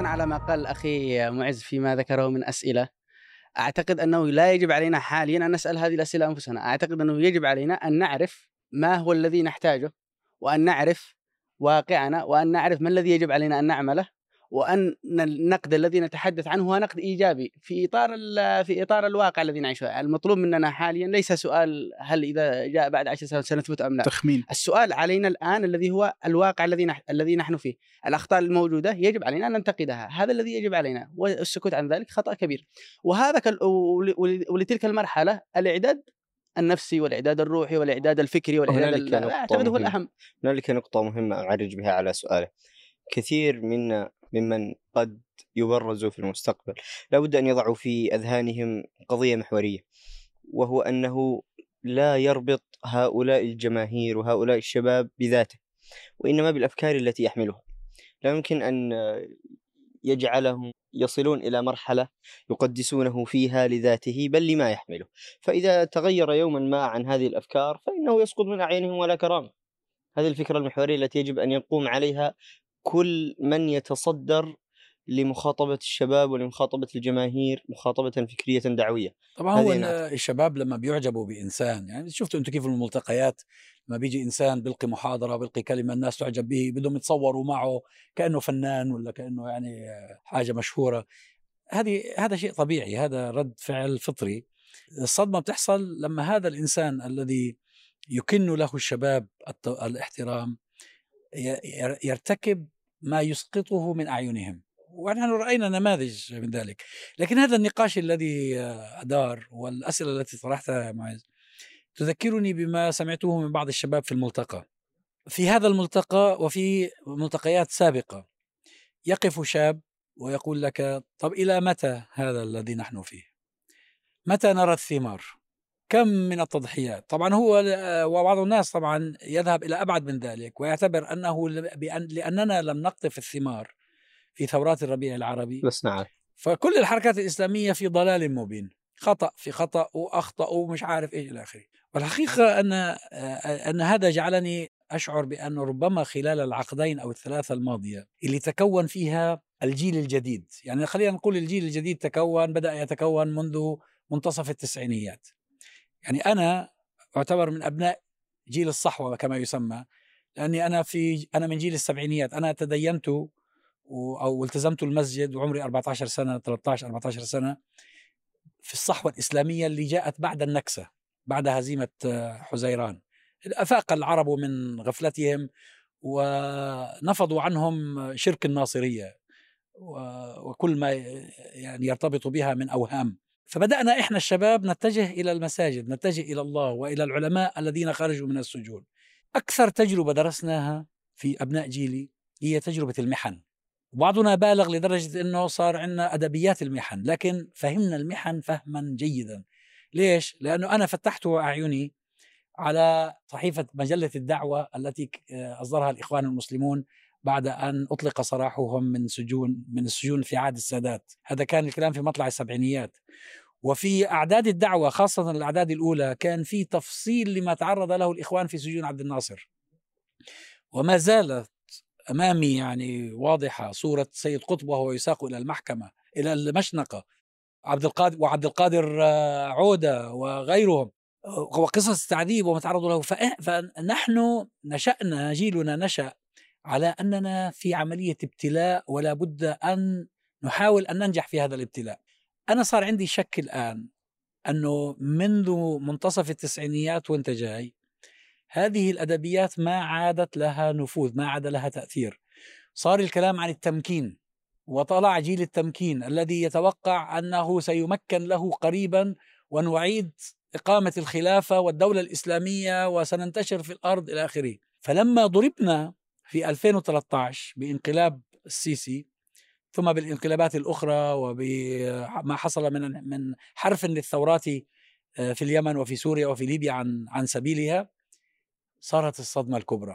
على ما قال أخي معز فيما ذكره من أسئلة، أعتقد أنه لا يجب علينا حاليًا أن نسأل هذه الأسئلة أنفسنا، أعتقد أنه يجب علينا أن نعرف ما هو الذي نحتاجه، وأن نعرف واقعنا، وأن نعرف ما الذي يجب علينا أن نعمله، وأن النقد الذي نتحدث عنه هو نقد إيجابي في إطار الواقع الذي نعيشه. المطلوب مننا حاليًا ليس سؤال هل إذا جاء بعد 10 سنوات سنثبت أم لا. تخمين. السؤال علينا الآن الذي هو الواقع الذي نحن فيه. الأخطاء الموجودة يجب علينا أن ننتقدها، هذا الذي يجب علينا، والسكوت عن ذلك خطأ كبير. وهذا ولتلك المرحلة الإعداد النفسي والإعداد الروحي والإعداد الفكري والإعداد أعتقد هو الأهم. هنالك نقطة مهمة أعرج بها على سؤالك. كثير ممن قد يبرزوا في المستقبل لابد أن يضعوا في أذهانهم قضية محورية، وهو أنه لا يربط هؤلاء الجماهير وهؤلاء الشباب بذاته، وإنما بالأفكار التي يحملها. لا يمكن أن يجعلهم يصلون إلى مرحلة يقدسونه فيها لذاته بل لما يحمله، فإذا تغير يوما ما عن هذه الأفكار فإنه يسقط من أعينهم ولا كرامة. هذه الفكرة المحورية التي يجب أن يقوم عليها كل من يتصدر لمخاطبة الشباب ولمخاطبة الجماهير مخاطبة فكرية دعوية. طبعا هو الشباب لما بيعجبوا بإنسان، يعني شفتوا أنتم كيف الملتقيات لما بيجي إنسان بيلقي محاضرة بيلقي كلمة الناس تعجب به، بدهم يتصوروا معه كأنه فنان ولا كأنه يعني حاجة مشهورة. هذا شيء طبيعي، هذا رد فعل فطري. الصدمة بتحصل لما هذا الإنسان الذي يكن له الشباب الاحترام يرتكب ما يسقطه من أعينهم، ونحن رأينا نماذج من ذلك. لكن هذا النقاش الذي أدار والأسئلة التي طرحتها معز تذكرني بما سمعته من بعض الشباب في الملتقى. في هذا الملتقى وفي ملتقيات سابقة يقف شاب ويقول لك: طب إلى متى هذا الذي نحن فيه؟ متى نرى الثمار؟ كم من التضحيات؟ طبعا هو وبعض الناس طبعا يذهب إلى أبعد من ذلك ويعتبر أنه لأننا لم نقطف الثمار في ثورات الربيع العربي فكل الحركات الإسلامية في ضلال مبين، خطأ في خطأ وأخطأ ومش عارف إيش إلى آخره. والحقيقة أن هذا جعلني أشعر بأن ربما خلال العقدين أو الثلاثة الماضية اللي تكون فيها الجيل الجديد، يعني خلينا نقول الجيل الجديد بدأ يتكون منذ منتصف التسعينيات. يعني أنا أعتبر من أبناء جيل الصحوة كما يسمى، لأني أنا من جيل السبعينيات. أنا تدينت أو التزمت المسجد وعمري 14 سنة 13-14 سنة في الصحوة الإسلامية اللي جاءت بعد النكسة، بعد هزيمة حزيران. أفاق العرب من غفلتهم ونفضوا عنهم شرك الناصرية وكل ما يعني يرتبط بها من أوهام. فبدأنا إحنا الشباب نتجه إلى المساجد، نتجه إلى الله وإلى العلماء الذين خرجوا من السجون. أكثر تجربة درسناها في أبناء جيلي هي تجربة المحن. بعضنا بالغ لدرجة أنه صار عندنا أدبيات المحن، لكن فهمنا المحن فهما جيدا. ليش؟ لأنه أنا فتحت أعيني على صحيفة مجلة الدعوة التي أصدرها الإخوان المسلمون بعد أن أطلق سراحهم من السجون في عهد السادات. هذا كان الكلام في مطلع السبعينيات. وفي أعداد الدعوة خاصة الأعداد الأولى كان في تفصيل لما تعرض له الإخوان في سجون عبد الناصر. وما زالت أمامي يعني واضحة صورة سيد قطب وهو يساق إلى المحكمة إلى المشنقة، عبد القادر عودة وغيرهم، وقصص التعذيب وما تعرضوا له. فنحن نشأنا، جيلنا نشأ على أننا في عملية ابتلاء ولا بد أن نحاول أن ننجح في هذا الابتلاء. أنا صار عندي شك الآن أنه منذ منتصف التسعينيات وانت جاي هذه الأدبيات ما عادت لها نفوذ، ما عاد لها تأثير. صار الكلام عن التمكين، وطلع جيل التمكين الذي يتوقع أنه سيمكن له قريبا ونعيد إقامة الخلافة والدولة الإسلامية وسننتشر في الأرض إلى آخره. فلما ضربنا في 2013 بانقلاب السيسي ثم بالانقلابات الأخرى وبما حصل من حرف للثورات في اليمن وفي سوريا وفي ليبيا عن سبيلها، صارت الصدمة الكبرى.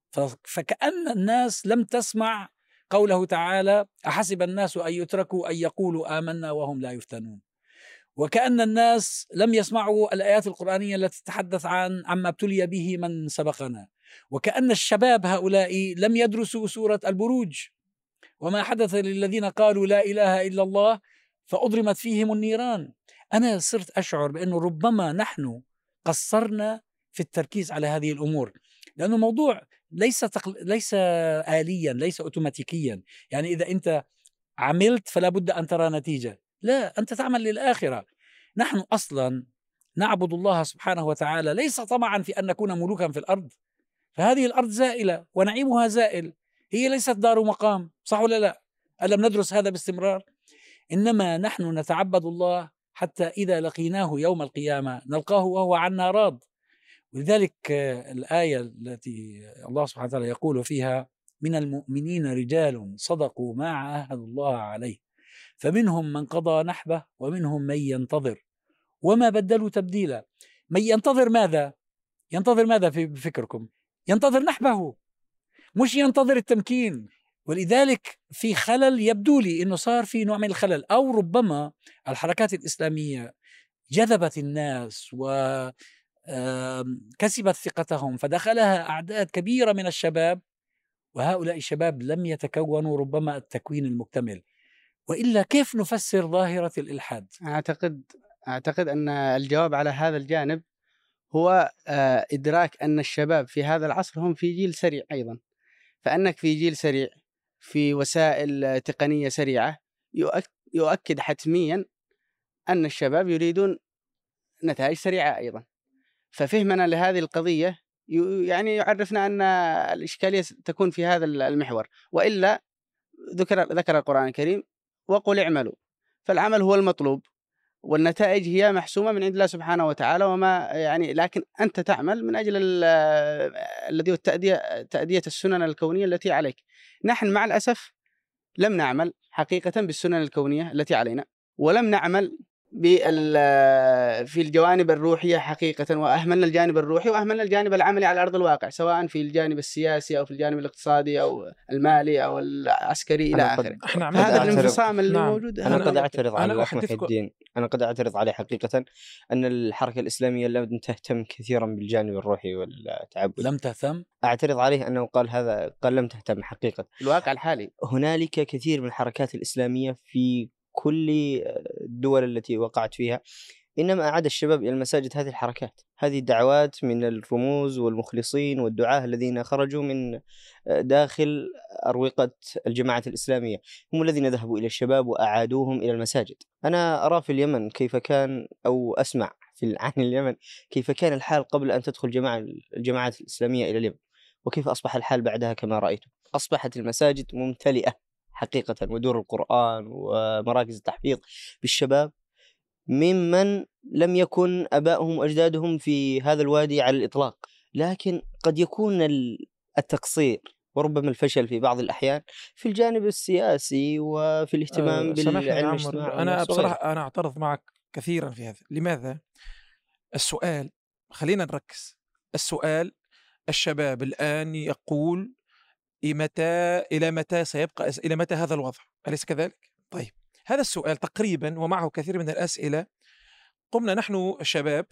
فكأن الناس لم تسمع قوله تعالى: أحسب الناس أن يتركوا أن يقولوا آمنا وهم لا يفتنون. وكأن الناس لم يسمعوا الآيات القرآنية التي تتحدث عما ابتلي به من سبقنا. وكأن الشباب هؤلاء لم يدرسوا سورة البروج وما حدث للذين قالوا لا إله إلا الله فأضرمت فيهم النيران. أنا صرت أشعر بأنه ربما نحن قصرنا في التركيز على هذه الأمور، لأنه الموضوع ليس آليا، ليس أوتوماتيكيا. يعني إذا أنت عملت فلا بد أن ترى نتيجة، لا، أنت تعمل للآخرة. نحن أصلا نعبد الله سبحانه وتعالى ليس طمعا في أن نكون ملوكا في الأرض، فهذه الأرض زائلة ونعيمها زائل، هي ليست دار مقام، صح ولا لا؟ ألم ندرس هذا باستمرار؟ إنما نحن نتعبد الله حتى إذا لقيناه يوم القيامة نلقاه وهو عنا راض. ولذلك الآية التي الله سبحانه وتعالى يقول فيها: من المؤمنين رجال صدقوا ما عاهدوا الله عليه فمنهم من قضى نحبه ومنهم من ينتظر وما بدلوا تبديلا. من ينتظر ماذا؟ ينتظر ماذا في فكركم؟ ينتظر نحبه، مش ينتظر التمكين. ولذلك في خلل يبدو لي أنه صار في نوع من الخلل، أو ربما الحركات الإسلامية جذبت الناس وكسبت ثقتهم فدخلها أعداد كبيرة من الشباب، وهؤلاء الشباب لم يتكونوا ربما التكوين المكتمل. وإلا كيف نفسر ظاهرة الإلحاد؟ أعتقد أن الجواب على هذا الجانب هو إدراك أن الشباب في هذا العصر هم في جيل سريع أيضا. فأنك في جيل سريع في وسائل تقنية سريعة يؤكد حتميا أن الشباب يريدون نتائج سريعة أيضا. ففهمنا لهذه القضية يعني يعرفنا أن الإشكالية تكون في هذا المحور. وإلا ذكر القرآن الكريم: وقل اعملوا. فالعمل هو المطلوب والنتائج هي محسومة من عند الله سبحانه وتعالى، وما يعني لكن أنت تعمل من أجل الذي هو تأدية السنن الكونية التي عليك. نحن مع الأسف لم نعمل حقيقة بالسنن الكونية التي علينا، ولم نعمل في الجوانب الروحية حقيقة، وأهملنا الجانب الروحي وأهملنا الجانب العملي على أرض الواقع، سواء في الجانب السياسي أو في الجانب الاقتصادي أو المالي أو العسكري إلى آخره. هذا الانفصام اللي موجود. أنا قد أعترض على الأخ محي الدين، أنا قد أعترض عليه حقيقة أن الحركة الإسلامية لم تهتم كثيرا بالجانب الروحي والتعبد. لم تهتم؟ أعترض عليه أنه قال لم تهتم حقيقة. الواقع الحالي هنالك كثير من الحركات الإسلامية في كل الدول التي وقعت فيها إنما أعاد الشباب إلى المساجد. هذه الحركات، هذه الدعوات من الرموز والمخلصين والدعاة الذين خرجوا من داخل أروقة الجماعة الإسلامية هم الذين ذهبوا إلى الشباب وأعادوهم إلى المساجد. أنا أرى في اليمن كيف كان، أو أسمع عن اليمن كيف كان الحال قبل أن تدخل الجماعات الإسلامية إلى اليمن، وكيف أصبح الحال بعدها كما رأيت. أصبحت المساجد ممتلئة حقيقة، ودور القرآن ومراكز التحفيظ بالشباب ممن لم يكن أبائهم وأجدادهم في هذا الوادي على الإطلاق. لكن قد يكون التقصير وربما الفشل في بعض الأحيان في الجانب السياسي وفي الاهتمام بالعلم الاجتماعي. أنا بصراحة أنا أعترض معك كثيرا في هذا. لماذا؟ السؤال، خلينا نركز. السؤال: الشباب الآن يقول إلى متى سيبقى، إلى متى هذا الوضع، أليس كذلك؟ طيب، هذا السؤال تقريبا ومعه كثير من الأسئلة قمنا نحن الشباب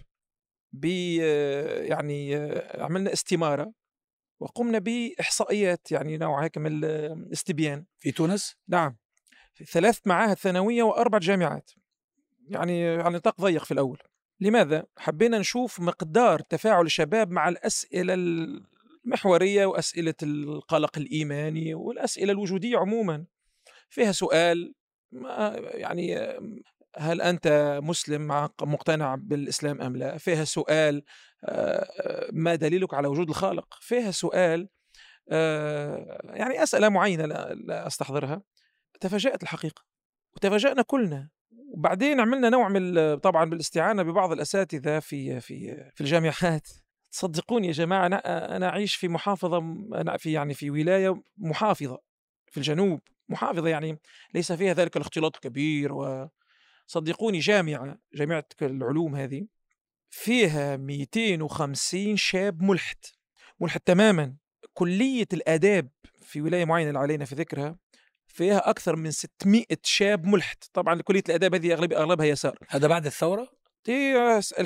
يعني عملنا استمارة وقمنا بإحصائيات، يعني نوع هيك من الاستبيان في تونس. نعم، في 3 معاهد ثانوية و4 جامعات، يعني على نطاق ضيق في الأول. لماذا؟ حبينا نشوف مقدار تفاعل الشباب مع الأسئلة المحورية وأسئلة القلق الإيماني والأسئلة الوجودية عموما. فيها سؤال يعني هل أنت مسلم مقتنع بالإسلام أم لا؟ فيها سؤال ما دليلك على وجود الخالق؟ فيها سؤال يعني أسئلة معينة لا أستحضرها. تفاجأت الحقيقة وتفاجأنا كلنا. وبعدين عملنا نوع من، طبعا بالاستعانة ببعض الأساتذة في الجامعات. تصدقوني يا جماعة، أنا أعيش في محافظة، أنا في ولاية محافظة في الجنوب، محافظة يعني ليس فيها ذلك الاختلاط الكبير. وصدقوني جامعة العلوم هذه فيها 250 شاب ملحد تماما. كلية الآداب في ولاية معينة اللي علينا في ذكرها فيها أكثر من 600 شاب ملحد. طبعا كلية الآداب هذه أغلبها يسار. هذا بعد الثورة؟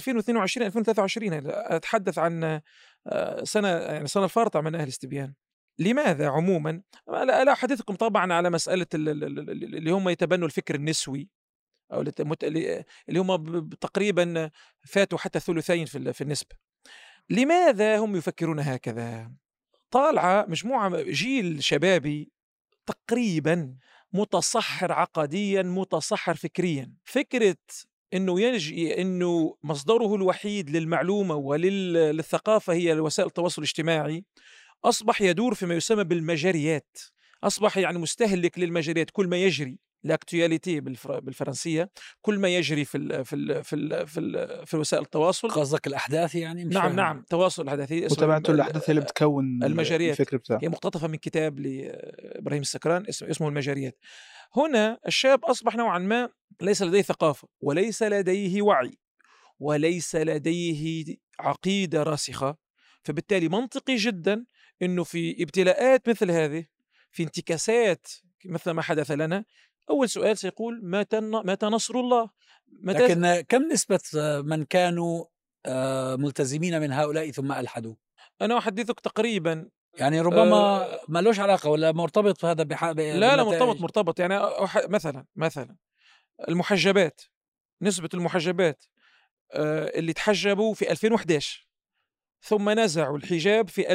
2022 2023. أتحدث عن سنة، يعني سنة الفارطة من أهل الاستبيان. لماذا عموما؟ لا أحدثكم طبعا على مسألة اللي هم يتبنوا الفكر النسوي، أو اللي هم تقريبا فاتوا حتى ثلثين في النسبة. لماذا هم يفكرون هكذا؟ طالعة مجموعة جيل شبابي تقريبا متصحر عقديا، متصحر فكريا. فكرة أنه مصدره الوحيد للمعلومة وللثقافة هي وسائل التواصل الاجتماعي، أصبح يدور فيما يسمى بالمجريات، أصبح يعني مستهلك للمجريات. كل ما يجري، لاكتواليتي بالفرنسية، كل ما يجري في وسائل التواصل. قصدك الأحداث يعني؟ مش نعم فاهم. نعم، تواصل الأحداثي، متابعة الأحداث اللي بتكون المجريات. الفكر بتاعه. هي مقتطفة من كتاب لإبراهيم السكران اسمه المجريات. هنا الشاب أصبح نوعا ما ليس لديه ثقافة، وليس لديه وعي، وليس لديه عقيدة راسخة. فبالتالي منطقي جدا أنه في ابتلاءات مثل هذه، في انتكاسات مثل ما حدث لنا، أول سؤال سيقول متى نصر الله؟ لكن كم نسبة من كانوا ملتزمين من هؤلاء ثم ألحدوا؟ أنا أحدثك تقريبا، يعني ربما ما لوش علاقة ولا مرتبط هذا لا مرتبط. يعني مثلا المحجبات، نسبة المحجبات اللي تحجبوا في 2011 ثم نزعوا الحجاب في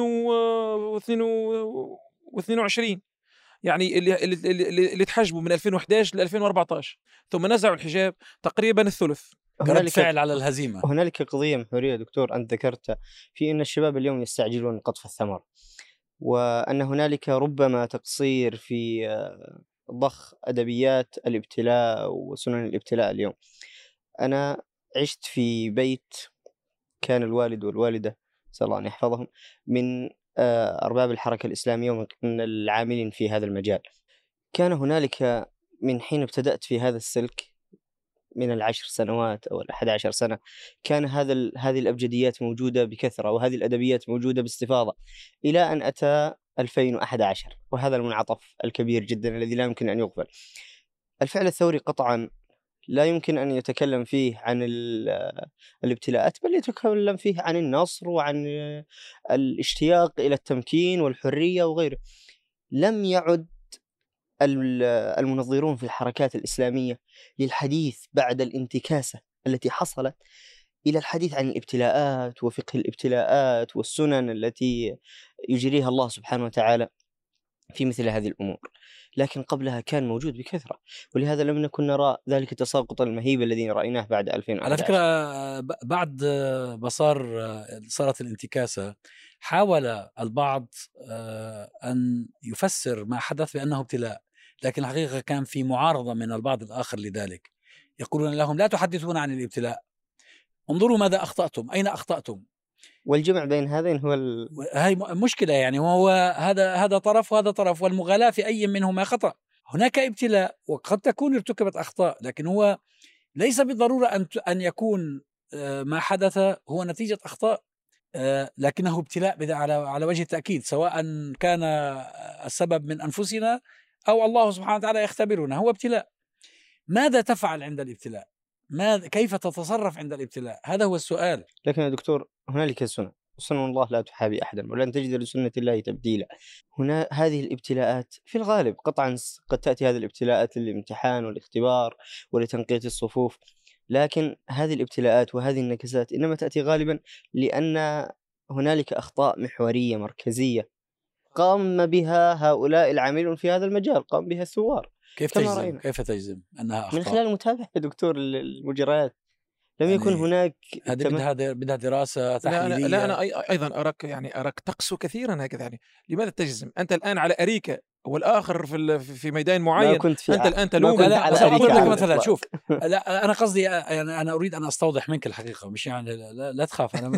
2022، يعني اللي تحجبوا من 2011 ل 2014 ثم نزعوا الحجاب تقريبا الثلث. رد فعل على الهزيمة. هنالك قضية محورية دكتور أنت ذكرتها، في أن الشباب اليوم يستعجلون قطف الثمر، وأن هنالك ربما تقصير في ضخ أدبيات الابتلاء وسنن الابتلاء اليوم. أنا عشت في بيت كان الوالد والوالدة نسأل الله أن يحفظهم من أرباب الحركة الإسلامية ومن العاملين في هذا المجال. كان هنالك من حين ابتدأت في هذا السلك من 10 سنوات أو 11 سنة، كان هذه الأبجديات موجودة بكثرة وهذه الأدبيات موجودة باستفاضة، إلى أن أتى 2011 وهذا المنعطف الكبير جدا الذي لا يمكن أن يغفل. الفعل الثوري قطعا لا يمكن أن يتكلم فيه عن الابتلاءات، بل يتكلم فيه عن النصر وعن الاشتياق إلى التمكين والحرية وغيره. لم يعد المنظرون في الحركات الإسلامية للحديث بعد الانتكاسة التي حصلت إلى الحديث عن الابتلاءات وفقه الابتلاءات والسنن التي يجريها الله سبحانه وتعالى في مثل هذه الأمور، لكن قبلها كان موجود بكثرة، ولهذا لم نكن نرى ذلك التساقط المهيب الذي رأيناه بعد 2011. على فكرة بعد ما صارت الانتكاسة، حاول البعض أن يفسر ما حدث بأنه ابتلاء، لكن الحقيقة كان في معارضة من البعض الآخر لذلك. يقولون لهم لا تحدثون عن الابتلاء، انظروا ماذا أخطأتم، أين أخطأتم. والجمع بين هذين هو هاي مشكلة يعني، وهو هذا طرف وهذا طرف، والمغالاة في أي منهما خطأ. هناك ابتلاء وقد تكون ارتكبت أخطاء، لكن هو ليس بالضرورة أن يكون ما حدث هو نتيجة أخطاء، لكنه ابتلاء على وجه التأكيد، سواء كان السبب من أنفسنا أو الله سبحانه وتعالى يختبرنا، هو ابتلاء. ماذا تفعل عند الابتلاء؟ كيف تتصرف عند الابتلاء؟ هذا هو السؤال. لكن يا دكتور هنالك سنن الله لا تحابي أحدا ولن تجد لسنة الله تبديلا. هنا هذه الابتلاءات في الغالب قطعا قد تأتي هذه الابتلاءات للامتحان والاختبار ولتنقية الصفوف، لكن هذه الابتلاءات وهذه النكسات إنما تأتي غالبا لأن هنالك أخطاء محورية مركزية قام بها هؤلاء العاملون في هذا المجال، قام بها الثوار. كيف تجزم أنها أخطاء؟ من خلال متابعة يا دكتور المجريات. لم يكن يعني هناك بدها دراسة تحليلية. لا أنا أيضا أراك تقسو كثيرا هكذا. يعني لماذا تجزم أنت الآن على أريكة والآخر في ميدان معين؟ أنت الآن تلوم. لا مثلا شوف، لا أنا قصدي يعني أنا أريد أن أستوضح منك الحقيقة، مش يعني لا تخاف أنا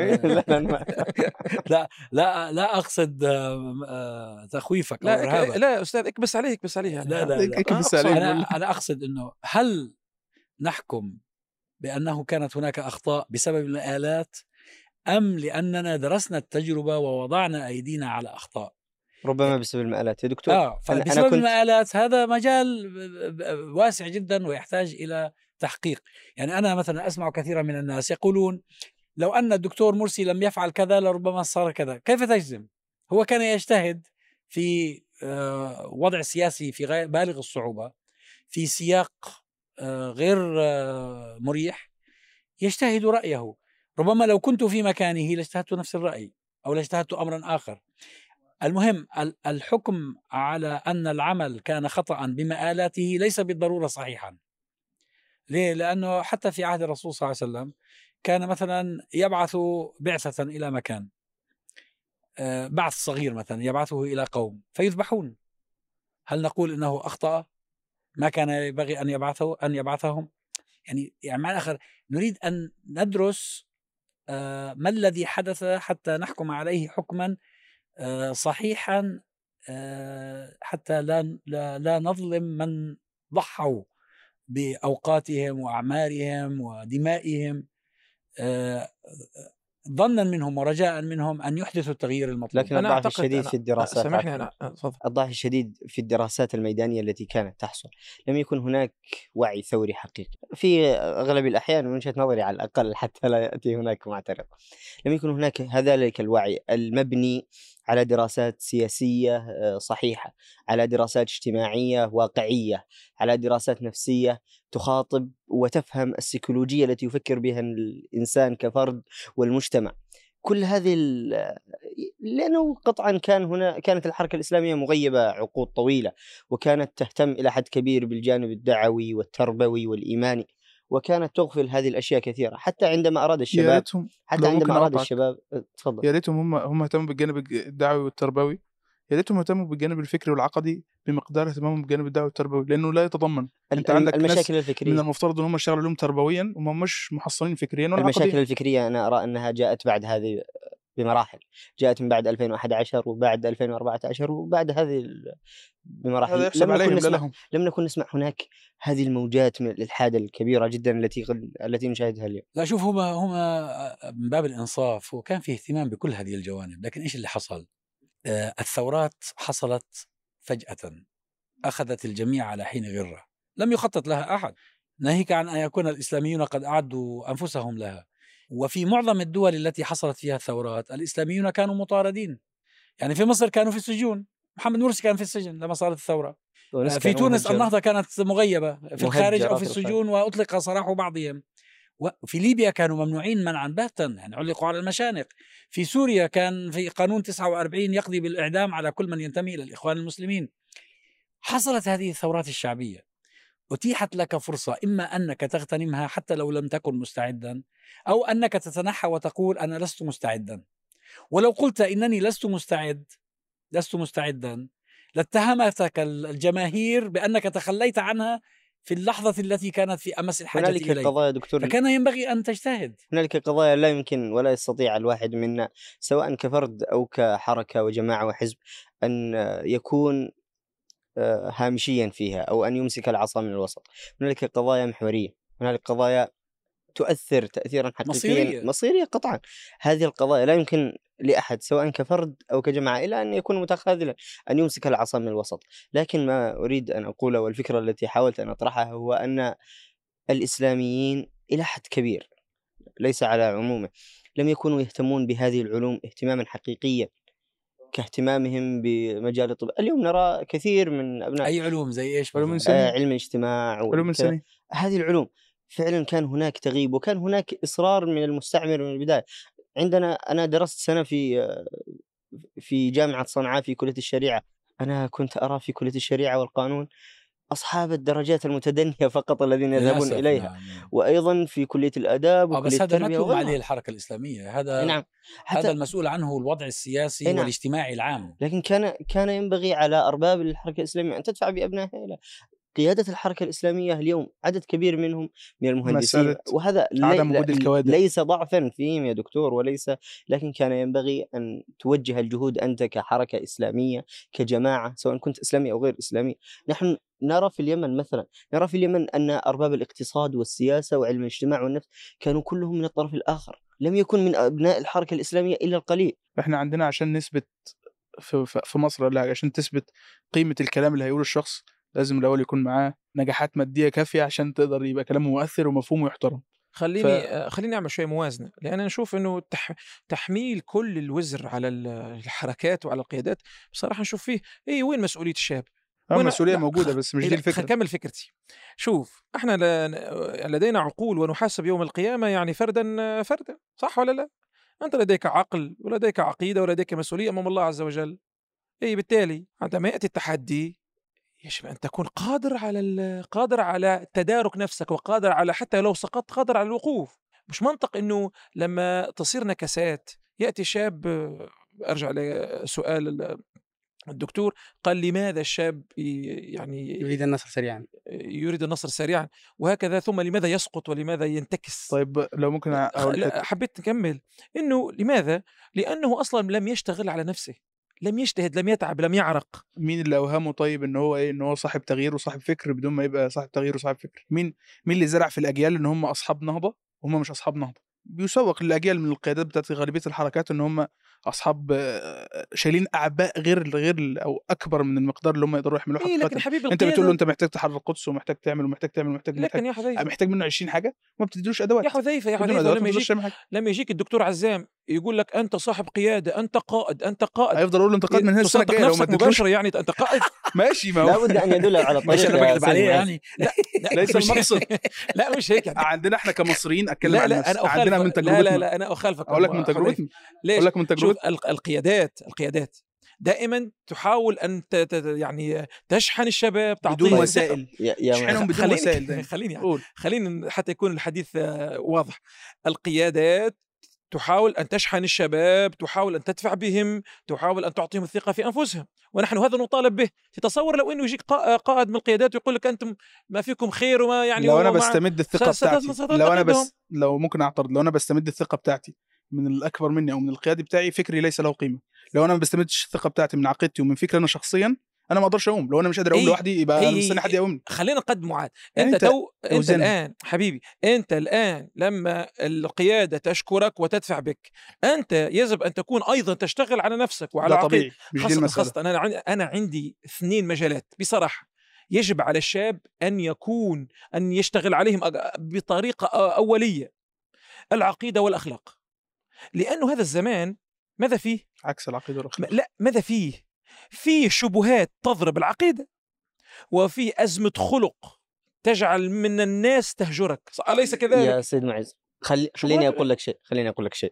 لا أقصد تخويفك أو إرهابك. لا أستاذ اكبس عليه يعني. أنا أقصد إنه هل نحكم بأنه كانت هناك أخطاء بسبب الآلات، أم لأننا درسنا التجربة ووضعنا أيدينا على أخطاء؟ ربما بسبب المآلات يا دكتور. فبسبب المآلات هذا مجال واسع جدا ويحتاج إلى تحقيق. يعني أنا مثلا أسمع كثيرا من الناس يقولون لو أن الدكتور مرسي لم يفعل كذا لربما صار كذا. كيف تجزم؟ هو كان يجتهد في وضع سياسي في بالغ الصعوبة، في سياق غير مريح، يجتهد رأيه. ربما لو كنت في مكانه لاجتهدت نفس الرأي أو لاجتهدت أمرا آخر. المهم الحكم على أن العمل كان خطأ بمآلاته ليس بالضرورة صحيحا. ليه؟ لأنه حتى في عهد الرسول صلى الله عليه وسلم كان مثلا يبعث بعثة إلى مكان، بعث صغير مثلا يبعثه إلى قوم فيذبحون، هل نقول إنه أخطأ؟ ما كان ينبغي أن يبعثهم؟ يعني معنى آخر نريد أن ندرس ما الذي حدث حتى نحكم عليه حكما صحيحا، حتى لا نظلم من ضحوا بأوقاتهم وأعمارهم ودمائهم ظنا منهم ورجاء منهم أن يحدثوا التغيير المطلوب. لكن الضعف الشديد في الدراسات، سامحني أنا الضعف الشديد في الدراسات الميدانية التي كانت تحصل، لم يكن هناك وعي ثوري حقيقي في أغلب الأحيان، من وجهة نظري على الأقل حتى لا يأتي هناك معترض. لم يكن هناك هذلك الوعي المبني على دراسات سياسية صحيحة، على دراسات اجتماعية واقعية، على دراسات نفسية تخاطب وتفهم السيكولوجية التي يفكر بها الإنسان كفرد والمجتمع. كل هذه لأنه قطعا كانت الحركة الإسلامية مغيبة عقود طويلة، وكانت تهتم إلى حد كبير بالجانب الدعوي والتربوي والإيماني، وكانت تغفل هذه الأشياء كثيرة. حتى عندما أراد الشباب تفضل، يا ريتهم هم اهتموا بالجانب الدعوي والتربوي، يا ريتهم اهتموا بالجانب الفكري والعقدي بمقدار اهتمامهم بالجانب الدعوي والتربوي، لأنه لا يتضمن. أنت عندك المشاكل الفكرية من المفترض أن هم يشتغلوا لهم تربويا وما مش محصلين فكريا ولا المشاكل عقديا. الفكرية أنا أرى أنها جاءت بعد هذه بمراحل، جاءت من بعد 2011 وبعد 2014 وبعد هذه بمراحل. هذا يحسب عليهم لهم. لم نكن نسمع هناك هذه الموجات من الإلحاد الكبيرة جدا التي نشاهدها اليوم. لا شوف، هما من باب الإنصاف وكان في اهتمام بكل هذه الجوانب، لكن إيش اللي حصل؟ الثورات حصلت فجأة، أخذت الجميع على حين غرة، لم يخطط لها أحد، ناهيك عن أن يكون الإسلاميون قد أعدوا أنفسهم لها. وفي معظم الدول التي حصلت فيها الثورات الإسلاميون كانوا مطاردين. يعني في مصر كانوا في السجون، محمد مرسي كان في السجن لما صارت الثورة. في تونس النهضة كانت مغيبة في الخارج أو في السجون وأطلق سراح بعضهم. وفي ليبيا كانوا ممنوعين منعا باتا، يعني علقوا على المشانق. في سوريا كان في قانون 49 يقضي بالإعدام على كل من ينتمي إلى الإخوان المسلمين. حصلت هذه الثورات الشعبية، أتيحت لك فرصة إما أنك تغتنمها حتى لو لم تكن مستعدا، أو أنك تتنحى وتقول أنا لست مستعدا. ولو قلت إنني لست مستعدا لاتهمتك الجماهير بأنك تخليت عنها في اللحظة التي كانت في أمس الحاجة إليه. فكان ينبغي أن تجتهد. هنالك قضايا لا يمكن ولا يستطيع الواحد منا سواء كفرد أو كحركة وجماعة وحزب أن يكون هامشيا فيها أو أن يمسك العصا من الوسط. هنالك قضايا محورية، هنالك قضايا تؤثر تأثيرا حقيقيا مصيرية قطعا. هذه القضايا لا يمكن لأحد سواء كفرد أو كجماعة إلا أن يكون متخاذلا أن يمسك العصا من الوسط. لكن ما أريد أن أقوله والفكرة التي حاولت أن أطرحها هو أن الإسلاميين إلى حد كبير ليس على عمومه لم يكونوا يهتمون بهذه العلوم اهتماما حقيقيا كاهتمامهم بمجال الطب. اليوم نرى كثير من أبناء أي علوم زي إيش؟ علوم علم الاجتماع علوم الإنسانية. هذه العلوم فعلا كان هناك تغيب، وكان هناك إصرار من المستعمر من البداية. أنا درست سنة في جامعة صنعاء في كلية الشريعة. أنا كنت أرى في كلية الشريعة والقانون أصحاب الدرجات المتدنية فقط الذين يذهبون إليها. وأيضا في كلية الآداب وكلية التربية. بس هذا مطلوب عليه الحركة الإسلامية، هذا نعم. هذا المسؤول عنه الوضع السياسي نعم. والاجتماعي العام. لكن كان ينبغي على أرباب الحركة الإسلامية أن تدفع بأبنائها إلى قيادة الحركة الإسلامية. اليوم عدد كبير منهم من المهندسين، وهذا ليس ضعفا فيهم يا دكتور وليس، لكن كان ينبغي أن توجه الجهود أنت كحركة إسلامية كجماعة سواء كنت إسلامي أو غير إسلامي. نحن نرى في اليمن مثلا أن أرباب الاقتصاد والسياسة وعلم الاجتماع والنفس كانوا كلهم من الطرف الآخر، لم يكن من أبناء الحركة الإسلامية إلا القليل. إحنا عندنا عشان نثبت في مصر عشان تثبت قيمة الكلام اللي هيقوله الشخص لازم الأول يكون معاه نجاحات مادية كافية عشان تقدر يبقى كلامه مؤثر ومفهوم ويحترم. خليني أعمل شوية موازنة، لأن أنا نشوف إنه تحميل كل الوزر على الحركات وعلى القيادات بصراحة نشوف فيه وين مسؤولية الشاب؟ المسؤولية موجودة بس مش دي الفكرة. خليني فكرتي. شوف احنا لدينا عقول ونحاسب يوم القيامة يعني فردا فردا، صح ولا لا؟ أنت لديك عقل ولديك عقيدة ولديك مسؤولية أمام الله عز وجل. بالتالي عندما يأتي التحدي يجب أن تكون قادر على تدارك نفسك، وقادر على حتى لو سقطت قادر على الوقوف. مش منطق إنه لما تصير نكسات يأتي شاب. أرجع لسؤال الدكتور، قال لماذا الشاب يعني يريد النصر سريعا وهكذا، ثم لماذا يسقط ولماذا ينتكس؟ طيب لو ممكن أقول حبيت نكمل إنه لماذا؟ لأنه أصلا لم يشتغل على نفسه، لم يجتهد، لم يتعب، لم يعرق. مين اللي أوهمه طيب إن هو إن هو صاحب تغيير وصاحب فكر بدون ما يبقى صاحب تغيير وصاحب فكر؟ مين اللي زرع في الأجيال إن هم أصحاب نهضة وهم مش أصحاب نهضة؟ بيسوق للأجيال من القيادات بتاعت غالبية الحركات إن هم أصحاب شايلين أعباء غير أو أكبر من المقدار اللي هم يقدروا يحملوه حقيقة. لكن حبيبي أنت بتقول له أنت محتاج تحرر القدس ومحتاج تعمل ومحتاج تعمل ومحتاج لكن يا حذيفة محتاج منه 20 حاجة وما بتديلوش أدوات. يا حذيفة لما يجيك الدكتور عزام يقول لك أنت صاحب قيادة، أنت قائد، هيفضل يقول له أنت قائد من هنا السنة الجاية لو ما اديتلوش يعني أنت قائد. ماشي، ما هو لابد أن يدل على طريقة يعني لا ليس المقصد. لا مش هيك يعني. عندنا احنا كمصريين اتكلم عن لا نفسي، عندنا من تجربتنا. لا انا اخالفك. اقول لك من تجربتنا. ليش؟ شوف القيادات دائما تحاول ان يعني تشحن الشباب، بدون وسائل، تشحنهم بدون وسائل. خليني حتى يكون الحديث واضح. القيادات تحاول أن تشحن الشباب، تحاول أن تدفع بهم، تحاول أن تعطيهم الثقة في أنفسهم، ونحن هذا نطالب به. تتصور لو أنه يجيك قائد من القيادات ويقول لك أنتم ما فيكم خير وما يعني لو أنا بستمد الثقة بتاعتي، لو ممكن أعترض، لو أنا بستمد الثقة بتاعتي من الأكبر مني أو من القيادي بتاعي، فكري ليس له قيمة. لو أنا ما بستمدش الثقة بتاعتي من عقيدتي ومن فكري أنا شخصيا، انا ما اقدرش اقوم. لو انا مش قادر اقوم لوحدي يبقى مستني حد يقومني. خلينا نقدم معاد. انت الان حبيبي، انت الان لما القياده تشكرك وتدفع بك، انت يجب ان تكون ايضا تشتغل على نفسك وعلى عقيدتك. خاصة انا عندي 2 مجالات بصراحه يجب على الشاب ان يشتغل عليهم بطريقه اوليه: العقيده والاخلاق. لانه هذا الزمان ماذا فيه؟ عكس العقيده والاخلاق. لا، ماذا فيه شبهات تضرب العقيدة، وفي أزمة خلق تجعل من الناس تهجرك، أليس كذلك؟ يا سيد معز، خليني أقول لك شيء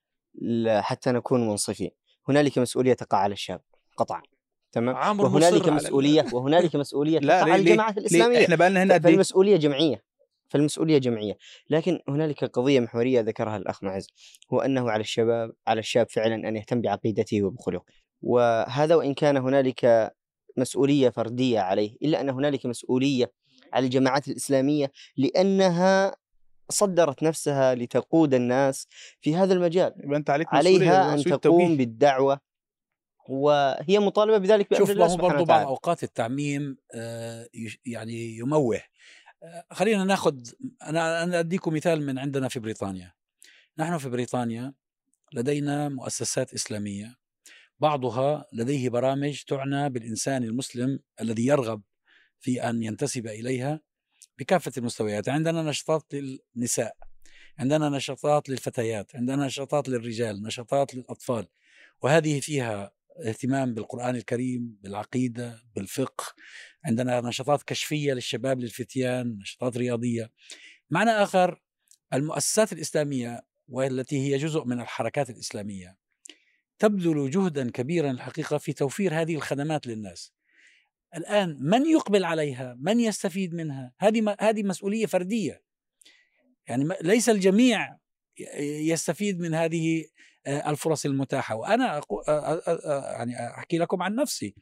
حتى نكون منصفين. هنالك مسؤولية تقع على الشاب قطعا، تمام، وهنالك مسؤولية تقع على الجماعات الإسلامية. احنا بقى لنا هنا فالمسؤولية جمعية. لكن هنالك قضية محورية ذكرها الأخ معز، هو أنه على الشاب فعلا أن يهتم بعقيدته وبخلقه. وهذا وإن كان هنالك مسؤولية فردية عليه، إلا أن هنالك مسؤولية على الجماعات الإسلامية، لأنها صدرت نفسها لتقود الناس في هذا المجال. عليها أن تقوم بالدعوة، وهي مطالبة بذلك بأمر الله سبحانه وتعالى. بعض أوقات التعميم يعني يموه. خلينا ناخذ، أنا أديكم مثال من عندنا في بريطانيا. نحن في بريطانيا لدينا مؤسسات إسلامية، بعضها لديه برامج تعنى بالإنسان المسلم الذي يرغب في أن ينتسب إليها بكافة المستويات. عندنا نشاطات للنساء، عندنا نشاطات للفتيات، عندنا نشاطات للرجال، نشاطات للأطفال، وهذه فيها اهتمام بالقرآن الكريم، بالعقيدة، بالفقه. عندنا نشاطات كشفية للشباب للفتيان، نشاطات رياضية. معنى آخر، المؤسسات الإسلامية والتي هي جزء من الحركات الإسلامية تبذل جهدا كبيرا الحقيقة في توفير هذه الخدمات للناس. الآن من يقبل عليها؟ من يستفيد منها؟ هذه مسؤولية فردية، يعني ليس الجميع يستفيد من هذه الفرص المتاحة. وأنا يعني أحكي لكم عن نفسي،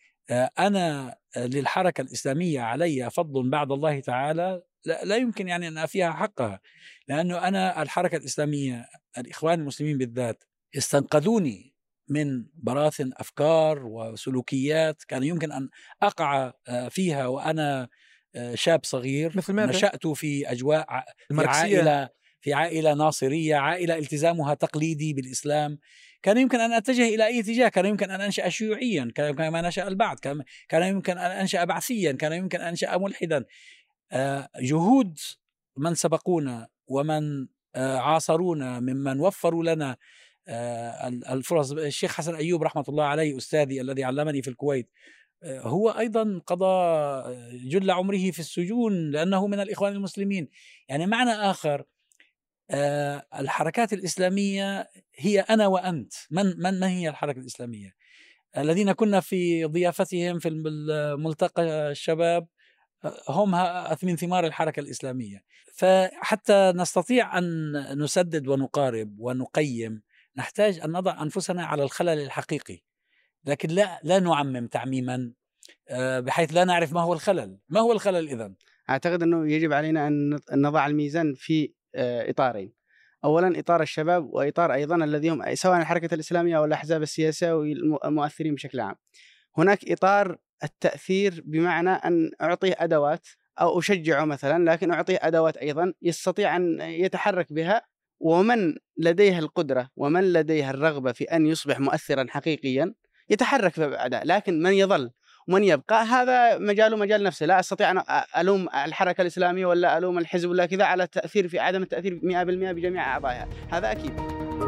أنا للحركة الإسلامية علي فضل بعد الله تعالى لا يمكن يعني أن أفيها حقها، لأنه أنا الحركة الإسلامية، الإخوان المسلمين بالذات، استنقذوني من براثن أفكار وسلوكيات كان يمكن أن أقع فيها وأنا شاب صغير. نشأت في أجواء في عائلة ناصرية، عائلة التزامها تقليدي بالإسلام. كان يمكن أن أتجه إلى أي اتجاه، كان يمكن أن أنشأ شيوعيا كما نشأ البعض، كان يمكن أن أنشأ بعثيا، كان يمكن أن أنشأ ملحدا. جهود من سبقونا ومن عاصرونا ممن وفروا لنا الفرص. الشيخ حسن أيوب رحمة الله عليه أستاذي الذي علمني في الكويت هو أيضا قضى جل عمره في السجون لأنه من الإخوان المسلمين. يعني معنى آخر الحركات الإسلامية هي أنا وأنت. من هي الحركة الإسلامية؟ الذين كنا في ضيافتهم في ملتقى الشباب هم من ثمار الحركة الإسلامية. فحتى نستطيع أن نسدد ونقارب ونقيم نحتاج أن نضع أنفسنا على الخلل الحقيقي، لكن لا نعمم تعميما بحيث لا نعرف ما هو الخلل. ما هو الخلل إذن؟ أعتقد أنه يجب علينا أن نضع الميزان في إطارين. أولا إطار الشباب، وإطار أيضا الذي هم سواء الحركة الإسلامية أو الأحزاب السياسية والمؤثرين بشكل عام. هناك إطار التأثير بمعنى أن أعطيه أدوات أو أشجعه مثلا، لكن أعطيه أدوات أيضا يستطيع أن يتحرك بها، ومن لديه القدرة ومن لديه الرغبة في أن يصبح مؤثرا حقيقيا يتحرك بعدها. لكن من يظل ومن يبقى هذا مجاله مجال نفسه. لا أستطيع أن ألوم الحركة الإسلامية ولا ألوم الحزب ولا كذا على التأثير في عدم التأثير 100% بجميع أعضائها، هذا أكيد.